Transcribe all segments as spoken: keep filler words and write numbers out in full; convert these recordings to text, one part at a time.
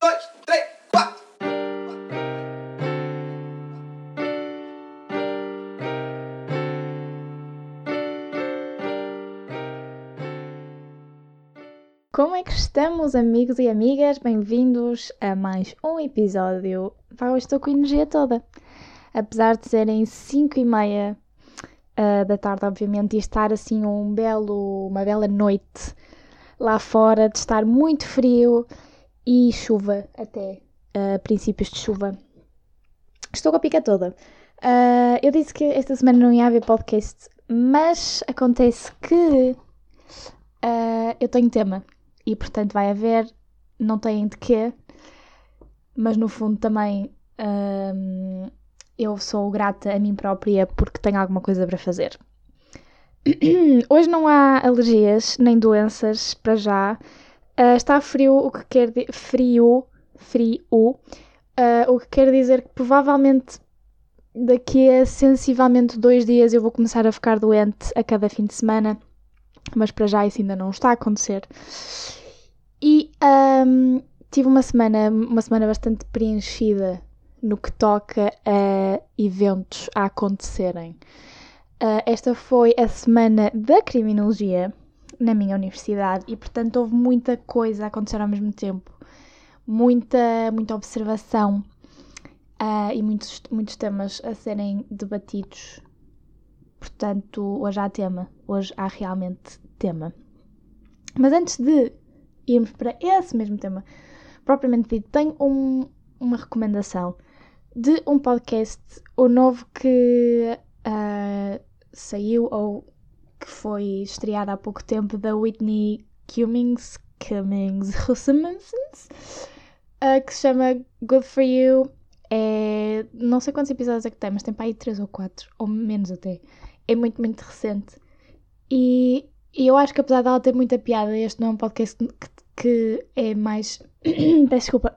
dois, três, quatro. Como é que estamos, amigos e amigas? Bem-vindos a mais um episódio. Pá, hoje estou com a energia toda. Apesar de serem cinco e meia uh, da tarde, obviamente, e estar assim um belo, uma bela noite lá fora, de estar muito frio e chuva até, uh, princípios de chuva. Estou com a pica toda. Uh, eu disse que esta semana não ia haver podcast, mas acontece que uh, eu tenho tema. E, portanto, vai haver, não têm de quê, mas no fundo também hum, eu sou grata a mim própria porque tenho alguma coisa para fazer. Hoje não há alergias nem doenças para já. Uh, está frio, o que quer dizer... Frio, frio, uh, o que quer dizer que provavelmente daqui a sensivelmente dois dias eu vou começar a ficar doente a cada fim de semana. Mas para já isso ainda não está a acontecer. E um, tive uma semana, uma semana bastante preenchida no que toca a eventos a acontecerem. Uh, esta foi a semana da criminologia na minha universidade e, portanto, houve muita coisa a acontecer ao mesmo tempo. Muita, muita observação uh, e muitos, muitos temas a serem debatidos. Portanto, hoje há tema. Hoje há realmente tema. Mas antes de irmos para esse mesmo tema, propriamente dito, tenho um, uma recomendação de um podcast, o novo que uh, saiu ou que foi estreado há pouco tempo, da Whitney Cummings, Cummings, uh, que se chama Good For You. É, não sei quantos episódios é que tem, mas tem para aí três ou quatro, ou menos até. É muito, muito recente. E, e eu acho que apesar dela ter muita piada, este não é um podcast que, que é mais... Peço desculpa.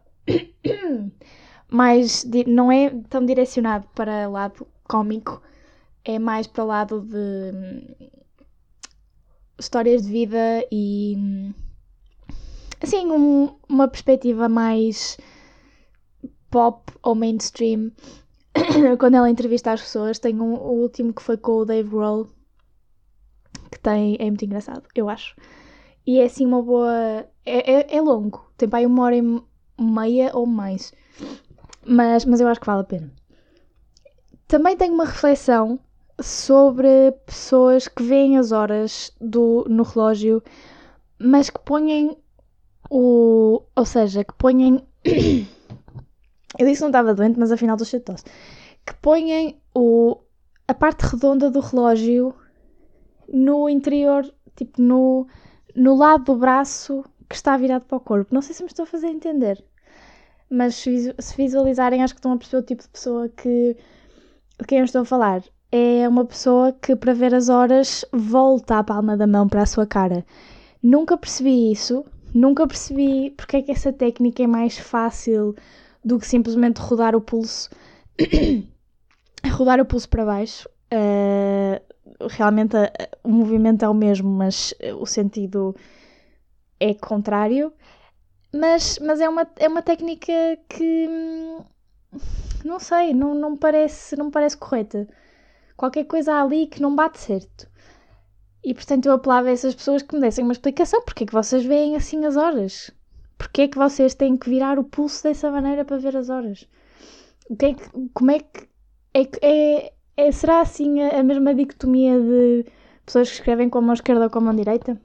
mais, não é tão direcionado para o lado cómico. É mais para o lado de hum, histórias de vida e... assim, um, uma perspectiva mais pop ou mainstream. Quando ela entrevista as pessoas, tem um, o último que foi com o Dave Grohl, que tem, é muito engraçado, eu acho. E é assim uma boa... É, é, é longo, tem para aí uma hora e meia ou mais. Mas, mas eu acho que vale a pena. Também tenho uma reflexão sobre pessoas que veem as horas do, no relógio, mas que põem o... Ou seja, que põem... Eu disse que não estava doente, mas afinal estou cheia de tosse. Que põem o, a parte redonda do relógio no interior, tipo no, no lado do braço que está virado para o corpo. Não sei se me estou a fazer entender. Mas se visualizarem, acho que estão a perceber o tipo de pessoa que, de quem eu estou a falar. É uma pessoa que, para ver as horas, volta a palma da mão para a sua cara. Nunca percebi isso. Nunca percebi porque é que essa técnica é mais fácil do que simplesmente rodar o pulso rodar o pulso para baixo. Uh, realmente uh, o movimento é o mesmo, mas uh, o sentido é contrário. Mas, mas é, uma, é uma técnica que hum, não sei, não, não, me parece, não me parece correta. Qualquer coisa ali que não bate certo. E portanto eu apelava a essas pessoas que me dessem uma explicação. Porque é que vocês veem assim as horas? Porque é que vocês têm que virar o pulso dessa maneira para ver as horas? O que é que, como é que... É, é, é, será assim a, a mesma dicotomia de pessoas que escrevem com a mão esquerda ou com a mão direita?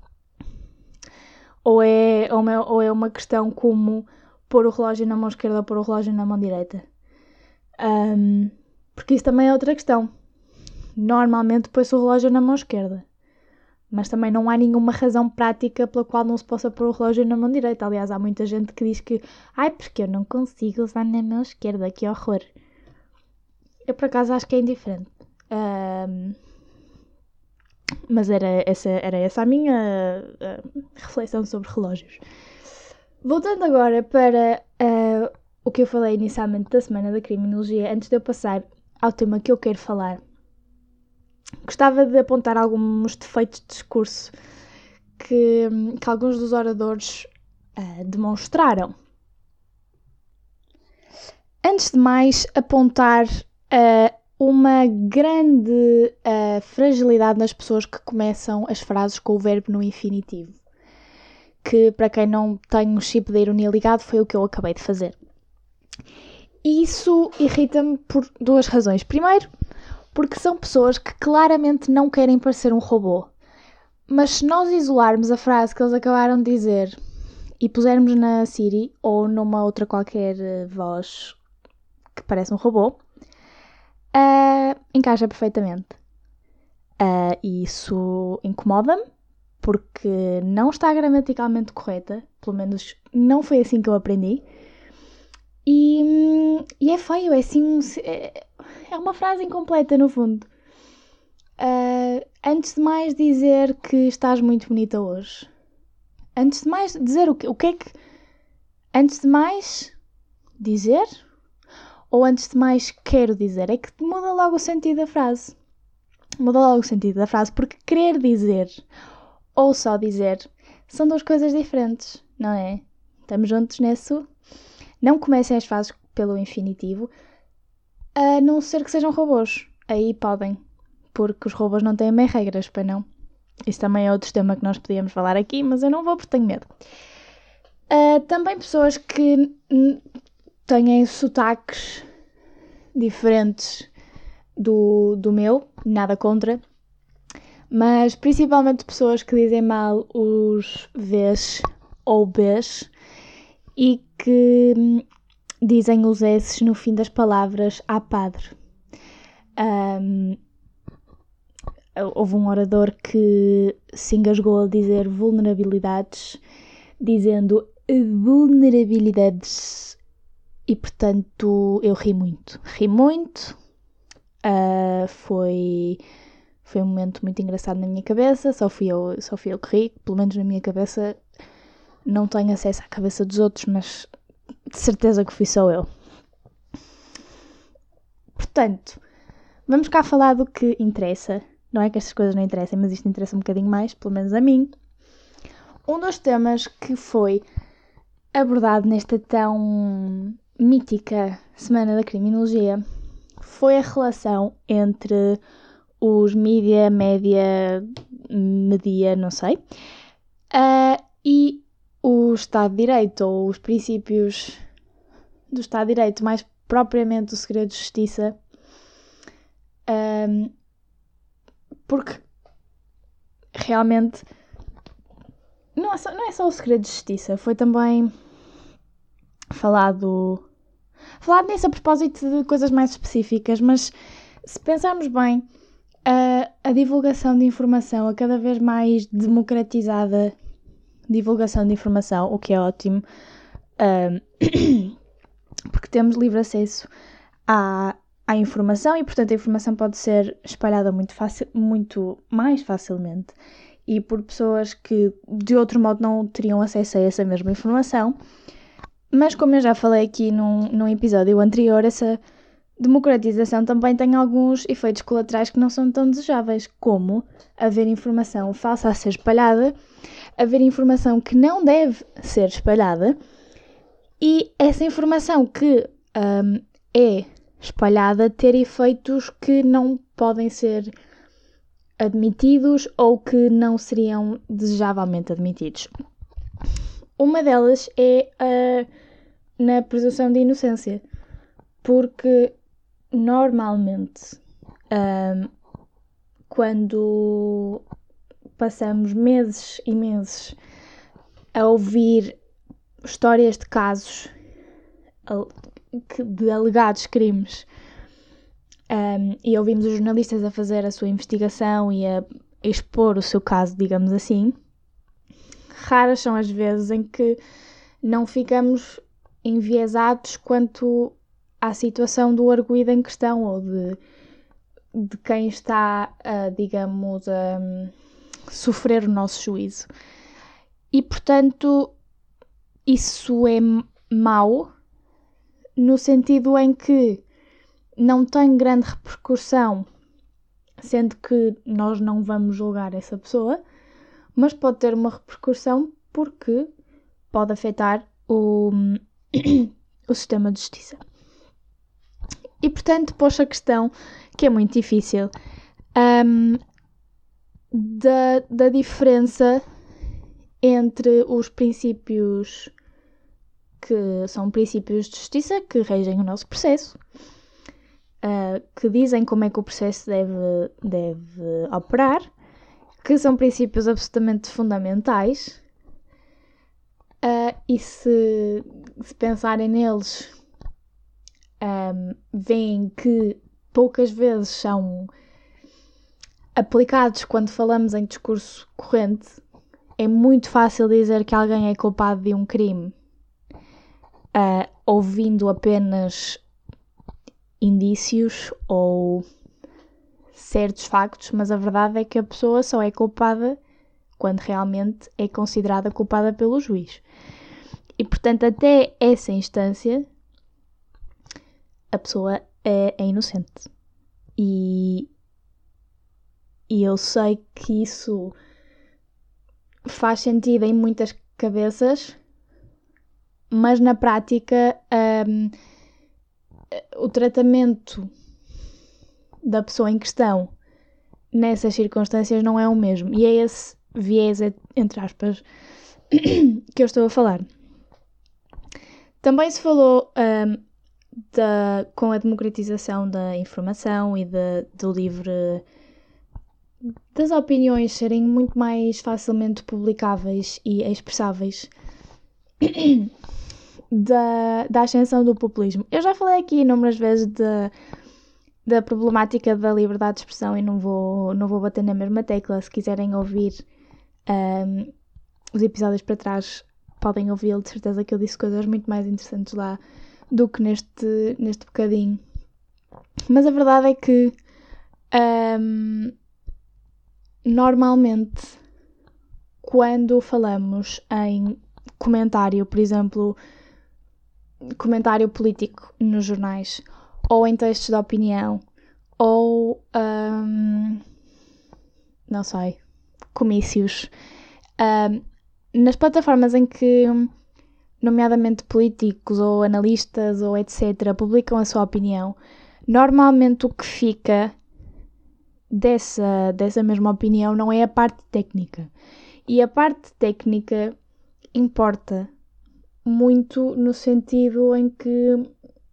Ou é, ou, é, ou é uma questão como pôr o relógio na mão esquerda ou pôr o relógio na mão direita? Um, porque isso também é outra questão. Normalmente põe-se o relógio na mão esquerda. Mas também não há nenhuma razão prática pela qual não se possa pôr o relógio na mão direita. Aliás, há muita gente que diz que ai, porque eu não consigo usar na mão esquerda, que horror. Eu, por acaso, acho que é indiferente. Um, mas era essa, era essa a minha uh, reflexão sobre relógios. Voltando agora para uh, o que eu falei inicialmente da Semana da Criminologia, antes de eu passar ao tema que eu quero falar, gostava de apontar alguns defeitos de discurso que, que alguns dos oradores uh, demonstraram. Antes de mais, apontar uh, uma grande uh, fragilidade nas pessoas que começam as frases com o verbo no infinitivo. Que, para quem não tem um chip da ironia ligado, foi o que eu acabei de fazer. E isso irrita-me por duas razões. Primeiro, porque são pessoas que claramente não querem parecer um robô. Mas se nós isolarmos a frase que eles acabaram de dizer e pusermos na Siri ou numa outra qualquer voz que parece um robô, uh, encaixa perfeitamente. Uh, e isso incomoda-me, porque não está gramaticalmente correta, pelo menos não foi assim que eu aprendi. E, e é feio, é assim, é, é uma frase incompleta no fundo. Uh, antes de mais dizer que estás muito bonita hoje. Antes de mais dizer o que, o que é que... Antes de mais dizer... Ou antes de mais quero dizer, é que muda logo o sentido da frase. Muda logo o sentido da frase, porque querer dizer ou só dizer são duas coisas diferentes, não é? Estamos juntos nisso? Não comecem as frases pelo infinitivo, a não ser que sejam robôs. Aí podem, porque os robôs não têm bem regras, para não. Isso também é outro tema que nós podíamos falar aqui, mas eu não vou porque tenho medo. Uh, também pessoas que... N- têm sotaques diferentes do, do meu, nada contra, mas principalmente pessoas que dizem mal os Vs ou Bs e que hum, dizem os S no fim das palavras à padre. Um, houve um orador que se engasgou a dizer vulnerabilidades, dizendo vulnerabilidades. E, portanto, eu ri muito. Ri muito. Uh, foi, foi um momento muito engraçado na minha cabeça. Só fui, eu, só fui eu que ri. Pelo menos na minha cabeça. Não tenho acesso à cabeça dos outros, mas de certeza que fui só eu. Portanto, vamos cá falar do que interessa. Não é que estas coisas não interessem, mas isto interessa um bocadinho mais, pelo menos a mim. Um dos temas que foi abordado nesta tão... mítica Semana da Criminologia foi a relação entre os mídia, média, media, não sei, uh, e o Estado de Direito, ou os princípios do Estado de Direito, mais propriamente o segredo de justiça, um, porque realmente não é, só, não é só o segredo de justiça, foi também falado... Falar nisso a propósito de coisas mais específicas, mas se pensarmos bem, a, a divulgação de informação, a cada vez mais democratizada divulgação de informação, o que é ótimo, uh, porque temos livre acesso à, à informação e, portanto, a informação pode ser espalhada muito, facil, muito mais facilmente e por pessoas que, de outro modo, não teriam acesso a essa mesma informação. Mas, como eu já falei aqui num, num episódio anterior, essa democratização também tem alguns efeitos colaterais que não são tão desejáveis, como haver informação falsa a ser espalhada, haver informação que não deve ser espalhada, e essa informação que um, é espalhada ter efeitos que não podem ser admitidos ou que não seriam desejavelmente admitidos. Uma delas é a na presunção de inocência, porque normalmente um, quando passamos meses e meses a ouvir histórias de casos de alegados crimes um, e ouvimos os jornalistas a fazer a sua investigação e a expor o seu caso, digamos assim, raras são as vezes em que não ficamos enviesados quanto à situação do arguido em questão ou de, de quem está, a, digamos, a sofrer o nosso juízo. E, portanto, isso é mau no sentido em que não tem grande repercussão, sendo que nós não vamos julgar essa pessoa, mas pode ter uma repercussão porque pode afetar o o sistema de justiça. portanto, pôs a questão, que é muito difícil, um, da, da diferença entre os princípios que são princípios de justiça que regem o nosso processo, uh, que dizem como é que o processo deve, deve operar, que são princípios absolutamente fundamentais, uh, e se, se pensarem neles, um, veem que poucas vezes são aplicados quando falamos em discurso corrente. É muito fácil dizer que alguém é culpado de um crime uh, ouvindo apenas indícios ou certos factos, mas a verdade é que a pessoa só é culpada quando realmente é considerada culpada pelo juiz. E, portanto, até essa instância, a pessoa é, é inocente. E, e eu sei que isso faz sentido em muitas cabeças, mas na prática um, o tratamento da pessoa em questão nessas circunstâncias não é o mesmo. E é esse viés, entre aspas, que eu estou a falar. Também se falou um, da, com a democratização da informação e de, do livre... das opiniões serem muito mais facilmente publicáveis e expressáveis, da, da ascensão do populismo. Eu já falei aqui inúmeras vezes de, da problemática da liberdade de expressão e não vou, não vou bater na mesma tecla. Se quiserem ouvir um, os episódios para trás, podem ouvi-lo. De certeza que eu disse coisas muito mais interessantes lá do que neste, neste bocadinho. Mas a verdade é que um, normalmente, quando falamos em comentário, por exemplo, comentário político nos jornais, ou em textos de opinião, ou, um, não sei, comícios, um, nas plataformas em que, nomeadamente políticos ou analistas ou etcétera, publicam a sua opinião, normalmente o que fica Dessa, dessa mesma opinião não é a parte técnica. E a parte técnica importa muito no sentido em que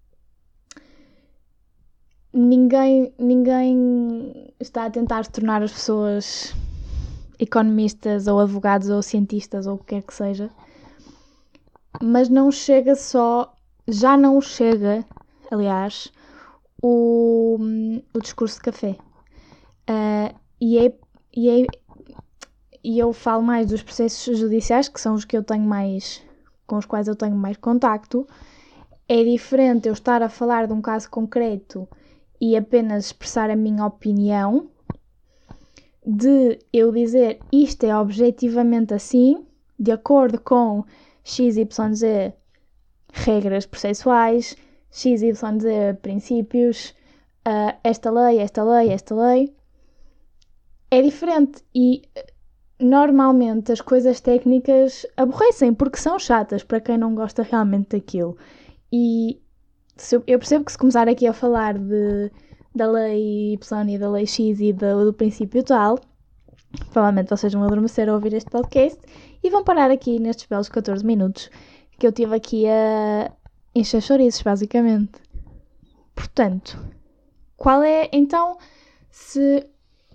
ninguém, ninguém está a tentar tornar as pessoas economistas ou advogados ou cientistas ou o que quer que seja, mas não chega só, já não chega, aliás, o, o discurso de café. Uh, e, é, e, é, e eu falo mais dos processos judiciais, que são os que eu tenho mais, com os quais eu tenho mais contacto. É diferente eu estar a falar de um caso concreto e apenas expressar a minha opinião, de eu dizer isto é objetivamente assim, de acordo com X Y Z regras processuais, X Y Z princípios, uh, esta lei, esta lei, esta lei. É diferente e normalmente as coisas técnicas aborrecem porque são chatas para quem não gosta realmente daquilo. E se eu, eu percebo que se começar aqui a falar de, da lei Y e da lei X e do, do princípio tal, provavelmente vocês vão adormecer a ouvir este podcast e vão parar aqui nestes belos catorze minutos que eu tive aqui a encher chouriços, basicamente. Portanto, qual é então, se...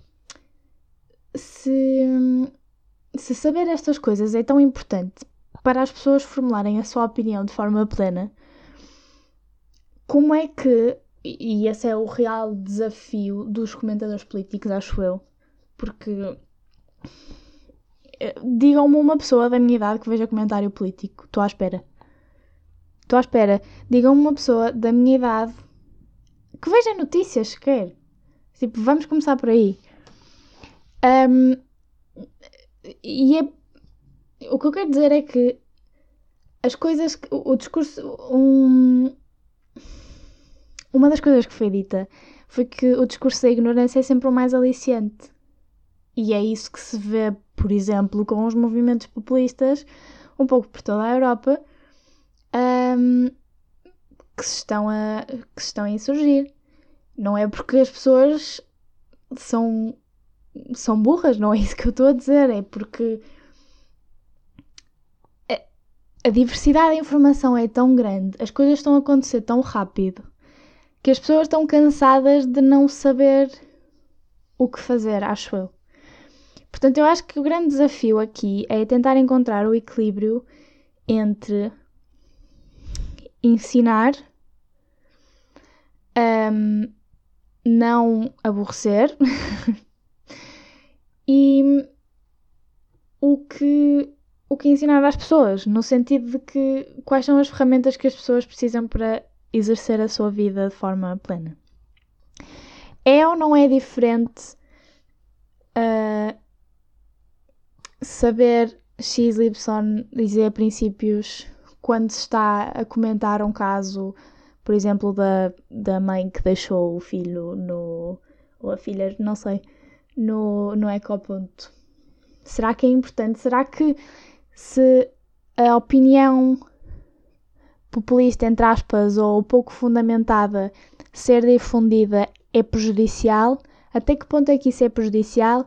Se, se saber estas coisas é tão importante para as pessoas formularem a sua opinião de forma plena, como é que, e esse é o real desafio dos comentadores políticos, acho eu, porque digam-me uma pessoa da minha idade que veja comentário político, estou à espera. Estou à espera. Digam-me uma pessoa da minha idade que veja notícias sequer. Tipo, vamos começar por aí. Um, e é, o que eu quero dizer é que as coisas, o, o discurso, um, uma das coisas que foi dita foi que o discurso da ignorância é sempre o mais aliciante. E é isso que se vê, por exemplo, com os movimentos populistas, um pouco por toda a Europa, um, que, se estão a, que se estão a insurgir. Não é porque as pessoas são, são burras, não é isso que eu estou a dizer, é porque a, a diversidade da informação é tão grande, as coisas estão a acontecer tão rápido, que as pessoas estão cansadas de não saber o que fazer, acho eu. Portanto, eu acho que o grande desafio aqui é tentar encontrar o equilíbrio entre ensinar, um, não aborrecer e o que, o que ensinar às pessoas, no sentido de que quais são as ferramentas que as pessoas precisam para exercer a sua vida de forma plena. É ou não é diferente uh, saber X Y dizer princípios quando se está a comentar um caso, por exemplo, da, da mãe que deixou o filho no... ou a filha, não sei, no, no ecoponto? Será que é importante? Será que se a opinião populista, entre aspas, ou pouco fundamentada ser difundida é prejudicial? Até que ponto é que isso é prejudicial?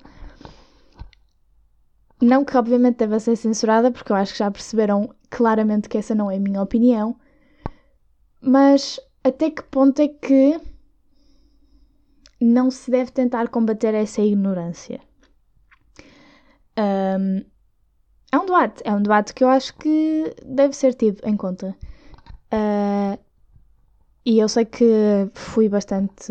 Não que obviamente deva ser censurada, porque eu acho que já perceberam claramente que essa não é a minha opinião, mas até que ponto é que não se deve tentar combater essa ignorância? Um, é um debate, é um debate que eu acho que deve ser tido em conta. Uh, e eu sei que fui bastante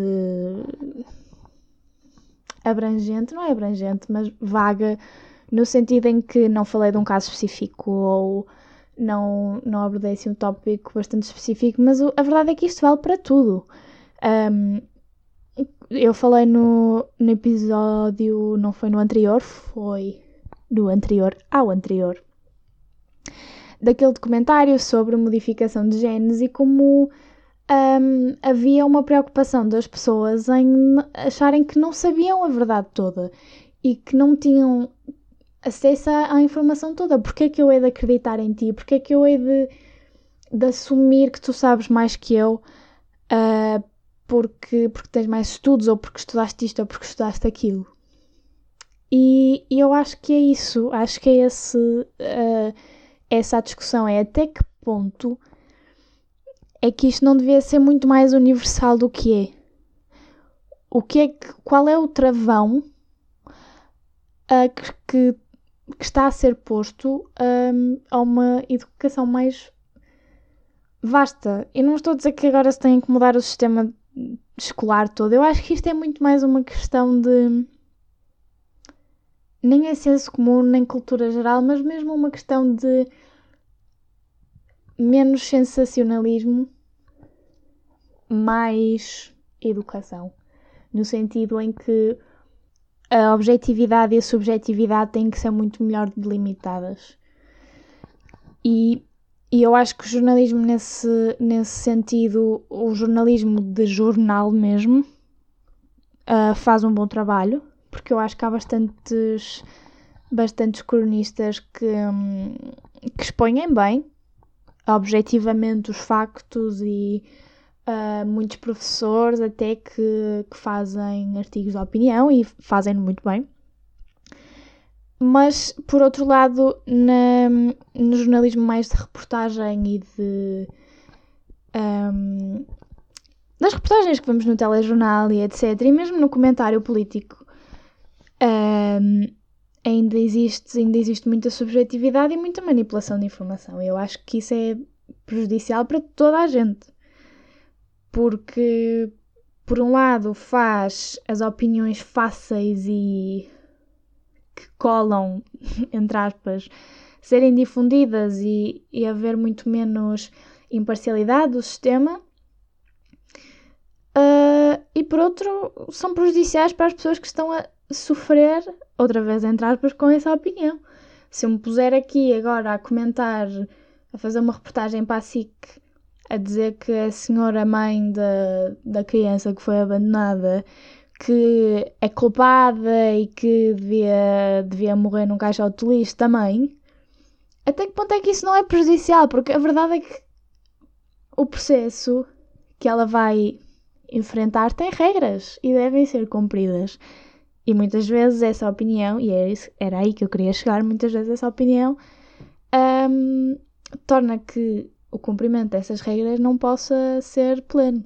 abrangente, não é abrangente, mas vaga, no sentido em que não falei de um caso específico ou não, não abordei assim um tópico bastante específico, mas a verdade é que isto vale para tudo. Um, eu falei no, no episódio, não foi no anterior, foi no anterior ao anterior, daquele documentário sobre modificação de genes e como um, havia uma preocupação das pessoas em acharem que não sabiam a verdade toda e que não tinham acesso à informação toda. Porquê é que eu hei de acreditar em ti? Porquê é que eu hei de, de assumir que tu sabes mais que eu uh, porque, porque tens mais estudos ou porque estudaste isto ou porque estudaste aquilo? E, e eu acho que é isso, acho que é esse, uh, essa a discussão, é até que ponto é que isto não devia ser muito mais universal do que é. O que é que, qual é o travão uh, que, que, que está a ser posto um, a uma educação mais vasta? Eu não estou a dizer que agora se tem que mudar o sistema escolar todo, eu acho que isto é muito mais uma questão de... nem é senso comum, nem cultura geral, mas mesmo uma questão de menos sensacionalismo, mais educação. No sentido em que a objetividade e a subjetividade têm que ser muito melhor delimitadas. E, e eu acho que o jornalismo, nesse, nesse sentido, o jornalismo de jornal mesmo, uh, faz um bom trabalho, porque eu acho que há bastantes, bastantes cronistas que, hum, que expõem bem, objetivamente, os factos e uh, muitos professores até que, que fazem artigos de opinião e fazem muito bem. Mas, por outro lado, na, no jornalismo mais de reportagem e de... Um, das reportagens que vemos no telejornal e etcétera, e mesmo no comentário político, um, ainda, existe, ainda existe muita subjetividade e muita manipulação de informação. Eu acho que isso é prejudicial para toda a gente. Porque, por um lado, faz as opiniões fáceis e que colam, entre aspas, serem difundidas e, e haver muito menos imparcialidade do sistema. Uh, e por outro, são prejudiciais para as pessoas que estão a sofrer, outra vez entre aspas, com essa opinião. Se eu me puser aqui agora a comentar, a fazer uma reportagem para a S I C, a dizer que a senhora mãe da, da criança que foi abandonada, que é culpada e que devia, devia morrer num caixote de lixo também, até que ponto é que isso não é prejudicial? Porque a verdade é que o processo que ela vai enfrentar têm regras e devem ser cumpridas. E muitas vezes essa opinião, e era, isso, era aí que eu queria chegar, muitas vezes essa opinião um, torna que o cumprimento dessas regras não possa ser pleno.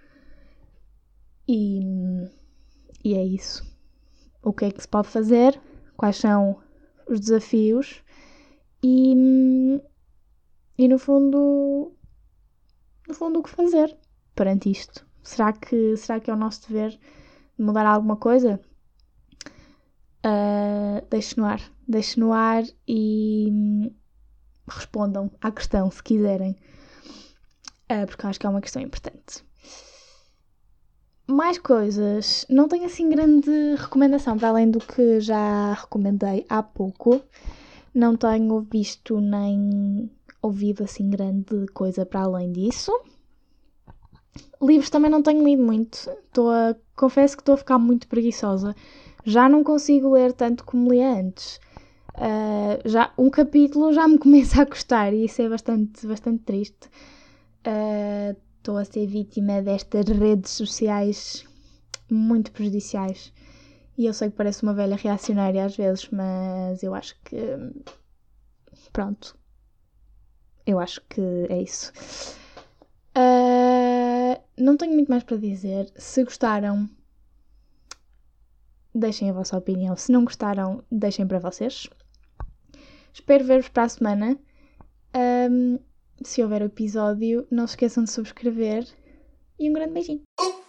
E, e é isso. O que é que se pode fazer? Quais são os desafios? E, e no fundo, no fundo, o que fazer perante isto? Será que, será que é o nosso dever mudar alguma coisa? Uh, deixe no ar. Deixe no ar e respondam à questão, se quiserem. Uh, porque eu acho que é uma questão importante. Mais coisas. Não tenho assim grande recomendação, para além do que já recomendei há pouco. Não tenho visto nem ouvido assim grande coisa para além disso. Livros também não tenho lido muito. Estou a, confesso que estou a ficar muito preguiçosa. Já não consigo ler tanto como lia antes. Uh, já, um capítulo já me começa a custar e isso é bastante, bastante triste. Estou uh, a ser vítima destas redes sociais muito prejudiciais. E eu sei que parece uma velha reacionária às vezes, mas eu acho que... Pronto. Eu acho que é isso. Uh, não tenho muito mais para dizer. Se gostaram, deixem a vossa opinião. Se não gostaram, deixem para vocês. Espero ver-vos para a semana. Um, se houver o episódio, não se esqueçam de subscrever. E um grande beijinho.